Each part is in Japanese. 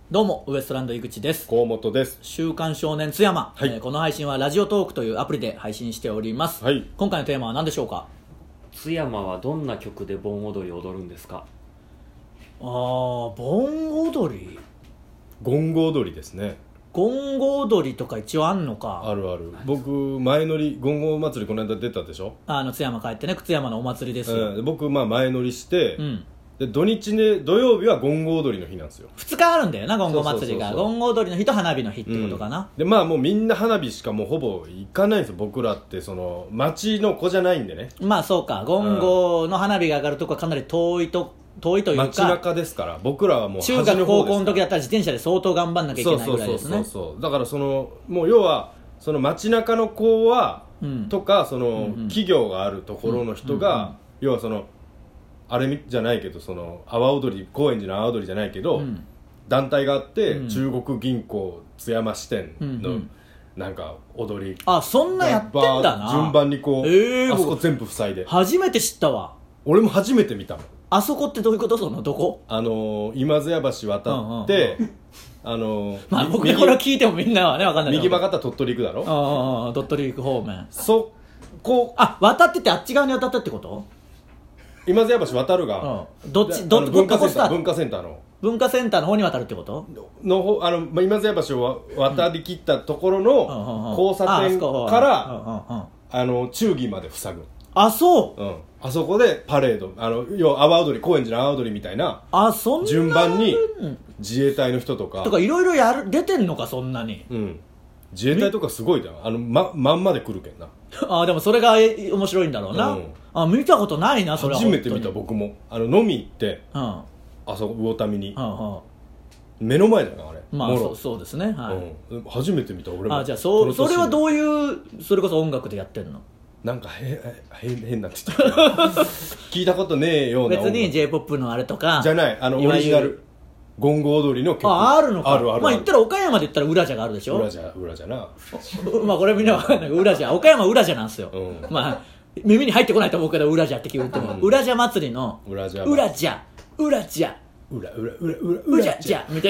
どうもウエストランド井口です。 河本です。 週刊少年津山、 はいこの配信はラジオトークというアプリで配信しております、 はい、 今回のテーマは何でしょうか。 津山はどんな曲で盆踊りを踊るんですか。 盆踊り、 ゴンゴ踊りですね。 ゴンゴ踊りとか一応あんのか。 あるある。僕前乗りゴンゴ祭りこの間出たでしょ。 津山帰ってね、津山のお祭りですよ、 僕前乗りして、 うんで土曜日はゴンゴ踊りの日なんですよ。 2日あるんだよな、ゴンゴ祭りが。 そうそうそうそう、 ゴンゴ踊りの日と花火の日ってことかな、 でもうみんな花火しかもうほぼ行かないんですよ。僕らってその町の子じゃないんでね。 まあそうか、ゴンゴの花火が上がるとこはかなり遠いというか街中ですから。僕らはもう中学高校の時だったら自転車で相当頑張んなきゃいけないぐらいですね。 そうだからもう要はその街中の子は、とかその、企業があるところの人が、要はそのあれじゃないけど、その阿波踊り、高円寺の阿波踊りじゃないけど、団体があって、中国銀行津山支店の、なんか踊り、 そんなやってんだな。 順番にこう、あそこ全部塞いで。 初めて知ったわ。 俺も初めて見たもん。 あそこってどういうこと？どこ？ 今津屋橋渡って、 僕これ聞いてもみんなはね分かんない。 右曲がったら鳥取行くだろ。 鳥取行く方面。 そこ渡ってってあっち側に渡ったってこと？ 今津屋橋渡るが、 どっち文化センターの方に渡るってことの今津屋橋を渡り切ったところの交差点から忠義まで塞ぐ。 あそこでパレード、要は阿波踊り、高円寺の阿波踊りみたいな順番に自衛隊の人とかいろいろ出てんのか、そんなに。 自衛隊とかすごいじゃん。まんまで来るけんな。 でもそれが面白いんだろうな、見たことないな。それは初めて見た。僕も飲み行って、あそこ魚民に、目の前だなあれ。 そうですね、 初めて見た俺も。 じゃあそれはどういう、それこそ音楽でやってんの？ なんか変なって言って聞いたことねえような。 別に J-POP のあれとかじゃない、オリジナルゴンゴ踊りの曲。 あるのか。 ある言ったら岡山で言ったらウラジャがあるでしょ。 ウラジャなこれみんな分かんない。ウラジャ、岡山ウラジャなんですよ、耳に入ってこないと思うけど、ウラジャって聞いても、ウラジャ祭りのウラジャウラジャウラジャみたい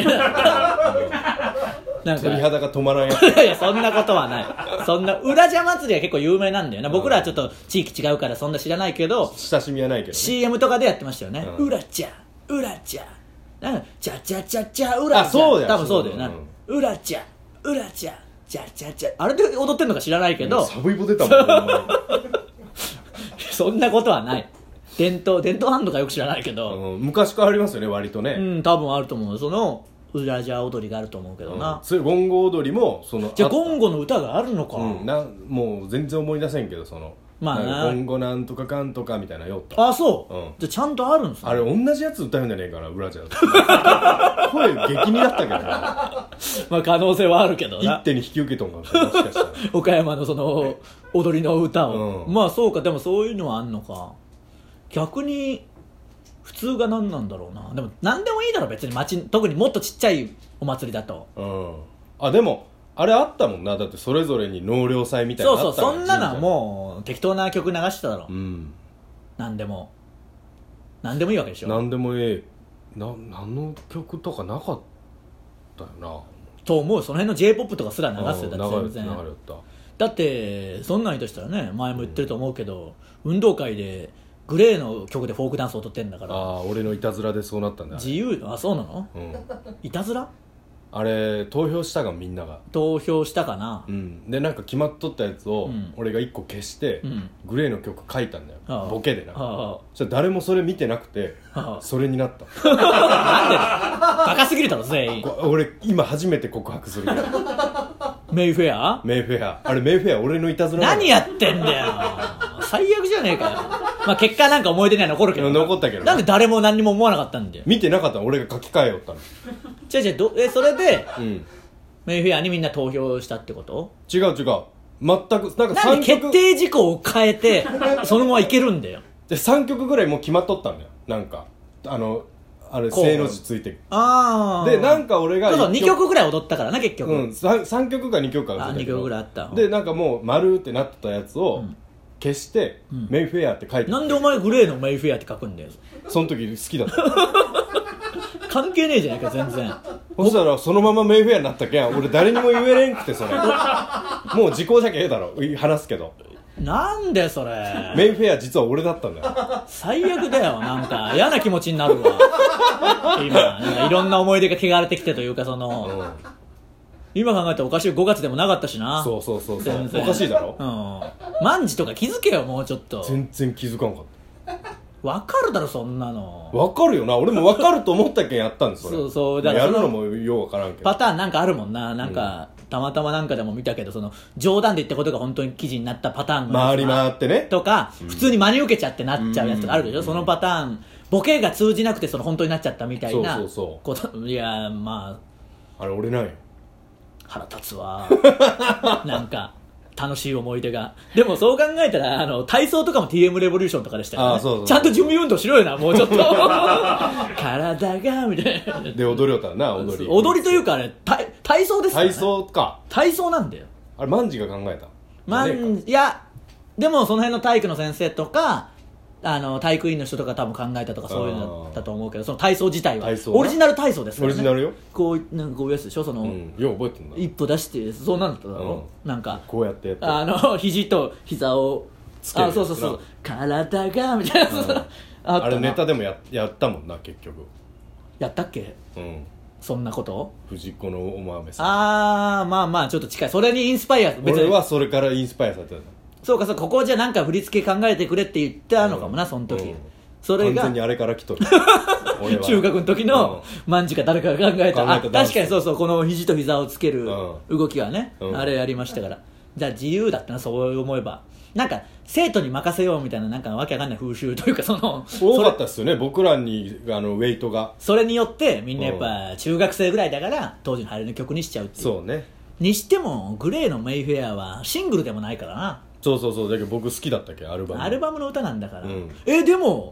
な鳥肌が止まらんやつ。 いやそんなことはない。そんなウラジャ祭りは結構有名なんだよな。僕らはちょっと地域違うからそんな知らないけど、 親しみはないけどね。 CM とかでやってましたよね。ウラジャウラジャチャチャチャチャウラジャ。 そうだよ。 多分そうだよな。ウラジャウラジャチャチャチャ、あれで踊ってんのか知らないけど、 サブイボ出たもんそんなことはない。伝統ハンドかよく知らないけど、 昔からありますよね、割とね。 多分あると思う。そのウラジャ踊りがあると思うけどな。 そういうゴンゴ踊りもじゃあゴンゴの歌があるのか。 もう全然思い出せんけど、ゴンゴなんとかかんとかみたいなよっと。 そう、じゃあちゃんとあるんですね。 あれ同じやつ歌うんじゃねえかな、ウラジャ声激似だったけどな可能性はあるけどな。 一手に引き受けとんかもしれない、もしかしたら岡山のその踊りの歌を、そうか。でもそういうのはあんのか。逆に普通が何なんだろうな。でも何でもいいだろ別に。特にもっとちっちゃいお祭りだと。 でもあれあったもんな。だってそれぞれに納涼祭みたいなのあったもん。 そんなのはもう適当な曲流してただろ。何でもいいわけでしょ。 何でも何の曲とかなかったよなと思う。その辺の J-POP とかすら流してた。全然だってそんなんとしたらね、前も言ってると思うけど、運動会でグレーの曲でフォークダンス踊ってんだから。 俺のいたずらでそうなったんだ。 自由。そうなの？いたずら？ あれ投票したがみんなが投票したかな。 でなんか決まっとったやつを俺が1個消して、グレーの曲書いたんだよ、ボケでな。そしたら誰もそれ見てなくて、それになった。 なんでバカすぎるだろ全員。 俺今初めて告白するけどメイフェアあれメイフェア俺のいたずら。 何やってんだよ最悪じゃねえかよ。結果なんか思い出には残るけど。 残ったけど。 なんで誰も何にも思わなかったんだよ。 見てなかったの。俺が書き換えよったの。 それで、メイフェアにみんな投票したってこと？ 違う全くなんかなんで決定事項を変えてそのままいけるんだよ。 で3曲ぐらいもう決まっとったんだよ。なんかあれ正の字ついて。でなんか俺が 2曲ぐらい踊ったからな結局。 3曲か2曲か 2曲ぐらいあった。 でなんかもう丸ってなってたやつを消して、メイフェアって書いて。 なんでお前グレーのメイフェアって書くんだよ。 その時好きだった関係ねえじゃないか全然。 そしたらそのままメイフェアになったけん俺誰にも言えれんくてそれもう時効じゃけえだろ話すけどなんでそれメイフェア実は俺だったんだよ最悪だよなんか嫌な気持ちになるわ今なんかいろんな思い出が汚れてきてというかその、今考えたらおかしい5月でもなかったしなそう全然おかしいだろ万事とか気づけよもうちょっと全然気づかんかった分かるだろそんなの分かるよな俺も分かると思ったけんやったんですそうだからやるのもよう分からんけどパターンなんかあるもんななんか、たまたまなんかでも見たけどその冗談で言ったことが本当に記事になったパターンが回り回ってねとか、普通に真に受けちゃってなっちゃうやつとかあるでしょ、そのパターンボケが通じなくてその本当になっちゃったみたいなこといやまあれ俺なんよ腹立つわなんか楽しい思い出がでもそう考えたら体操とかも TM レボリューションとかでしたよねちゃんと準備運動しろよなもうちょっと体がみたいなで踊りよったらな踊りというかあれ体操ですよね体操か体操なんだよあれ万次が考えたいやでもその辺の体育の先生とか体育委員の人とか多分考えたとかそういうのだと思うけどその体操自体はオリジナル体操ですからねオリジナルよこうなんかこういうやつでしょその、 よう覚えてんだ一歩出してそうなんだっただろ、なんかこうやって肘と膝をつけるそう体がみたいなやつあれネタでもやったもんな結局やったっけそんなこと藤子のお豆さんまあちょっと近いそれにインスパイア俺はそれからインスパイアされてたそうかここじゃなんか振り付け考えてくれって言ったのかもな、その時、それが完全にあれから来とる中学の時の万次か誰かが考えた確かにそうこの肘と膝をつける動きはね、あれやりましたからじゃあ自由だったなそう思えばなんか生徒に任せようみたいななんかわけわかんない風習というか多かったっすよね僕らにウェイトがそれによってみんなやっぱ中学生ぐらいだから当時の流行りの曲にしちゃうっていうそうねにしてもグレーのメイフェアはシングルでもないからなそうだけど僕好きだったっけアルバムの歌なんだから、でも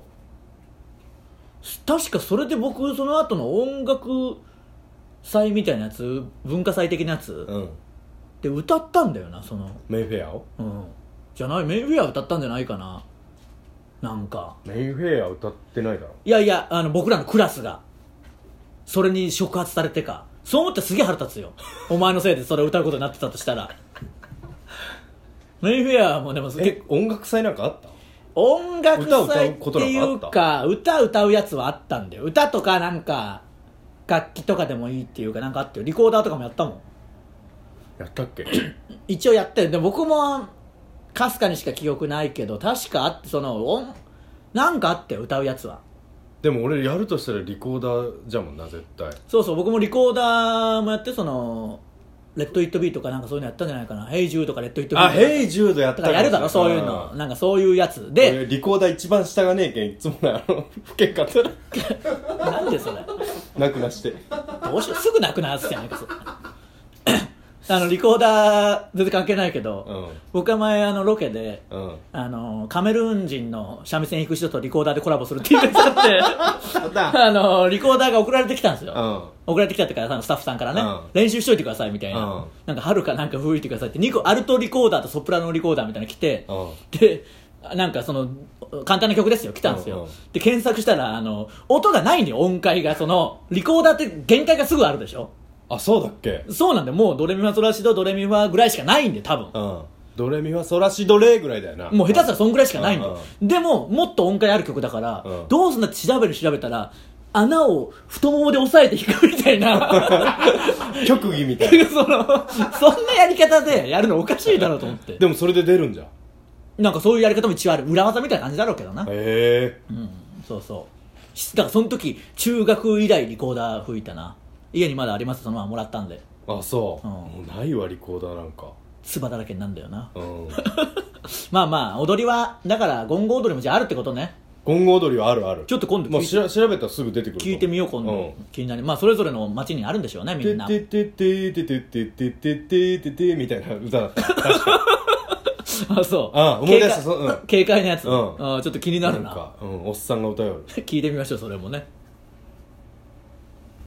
確かそれで僕その後の音楽祭みたいなやつ文化祭的なやつ、で歌ったんだよなそのメイフェアを、 じゃないメイフェア歌ったんじゃないかななんかメイフェア歌ってないだろいや僕らのクラスがそれに触発されてかそう思ってすげえ腹立つよお前のせいでそれ歌うことになってたとしたらメイフェアもでも音楽祭なんかあった音楽祭っていうか歌うやつはあったんだよ歌とかなんか楽器とかでもいいっていうかなんかあったよリコーダーとかもやったもんやったっけ一応やってるで僕もかすかにしか記憶ないけど確かあってなんかあって歌うやつはでも俺やるとしたらリコーダーじゃもんな絶対そう僕もリコーダーもやってレッド・イット・ビーとかなんかそういうのやったんじゃないかなヘイ・ジューとかレッド・イット・ビーヘイ・ジュードやったとかやるだろそういうのなんかそういうやつでリコーダー一番下がねえけんいつも不健かったなんでそれなくなしてどうしようすぐなくなすじゃないかリコーダー全然関係ないけど、僕は前ロケで、カメルーン人の三味線弾く人とリコーダーでコラボするっていうやつあってリコーダーが送られてきたんですよ、送られてきたってからスタッフさんからね、練習しといてくださいみたいな、なんか春かなんか吹いてくださいって2個アルトリコーダーとソプラノリコーダーみたいなの来て、でなんか簡単な曲ですよ来たんですよ、で検索したら音がないんだよ音階がリコーダーって限界がすぐあるでしょそうだっけそうなんだよもうドレミファソラシドドレミファぐらいしかないんで多分、 ドレミファソラシドレぐらいだよなもう下手したらそんぐらいしかないんだよ、でももっと音階ある曲だから、どうすんだって調べたら穴を太ももで押さえて弾くみたいな曲技みたいなそんなやり方でやるのおかしいだろうと思ってでもそれで出るんじゃんなんかそういうやり方も一応ある裏技みたいな感じだろうけどなそうだからその時中学以来リコーダー吹いたな家にまだありますそのままもらったんでもうないわリコーダーなんか唾だらけになるんだよなまあ踊りはだからゴンゴ踊りもじゃああるってことねゴンゴ踊りはあるちょっと今度もう調べたらすぐ出てくる聞いてみよう今度、気になるそれぞれの町にあるんでしょうねみんなてててててててててててみたいな歌だった確かそう思い出した軽快なやつちょっと気になるなおっさんが歌うよ聞いてみましょうそれもね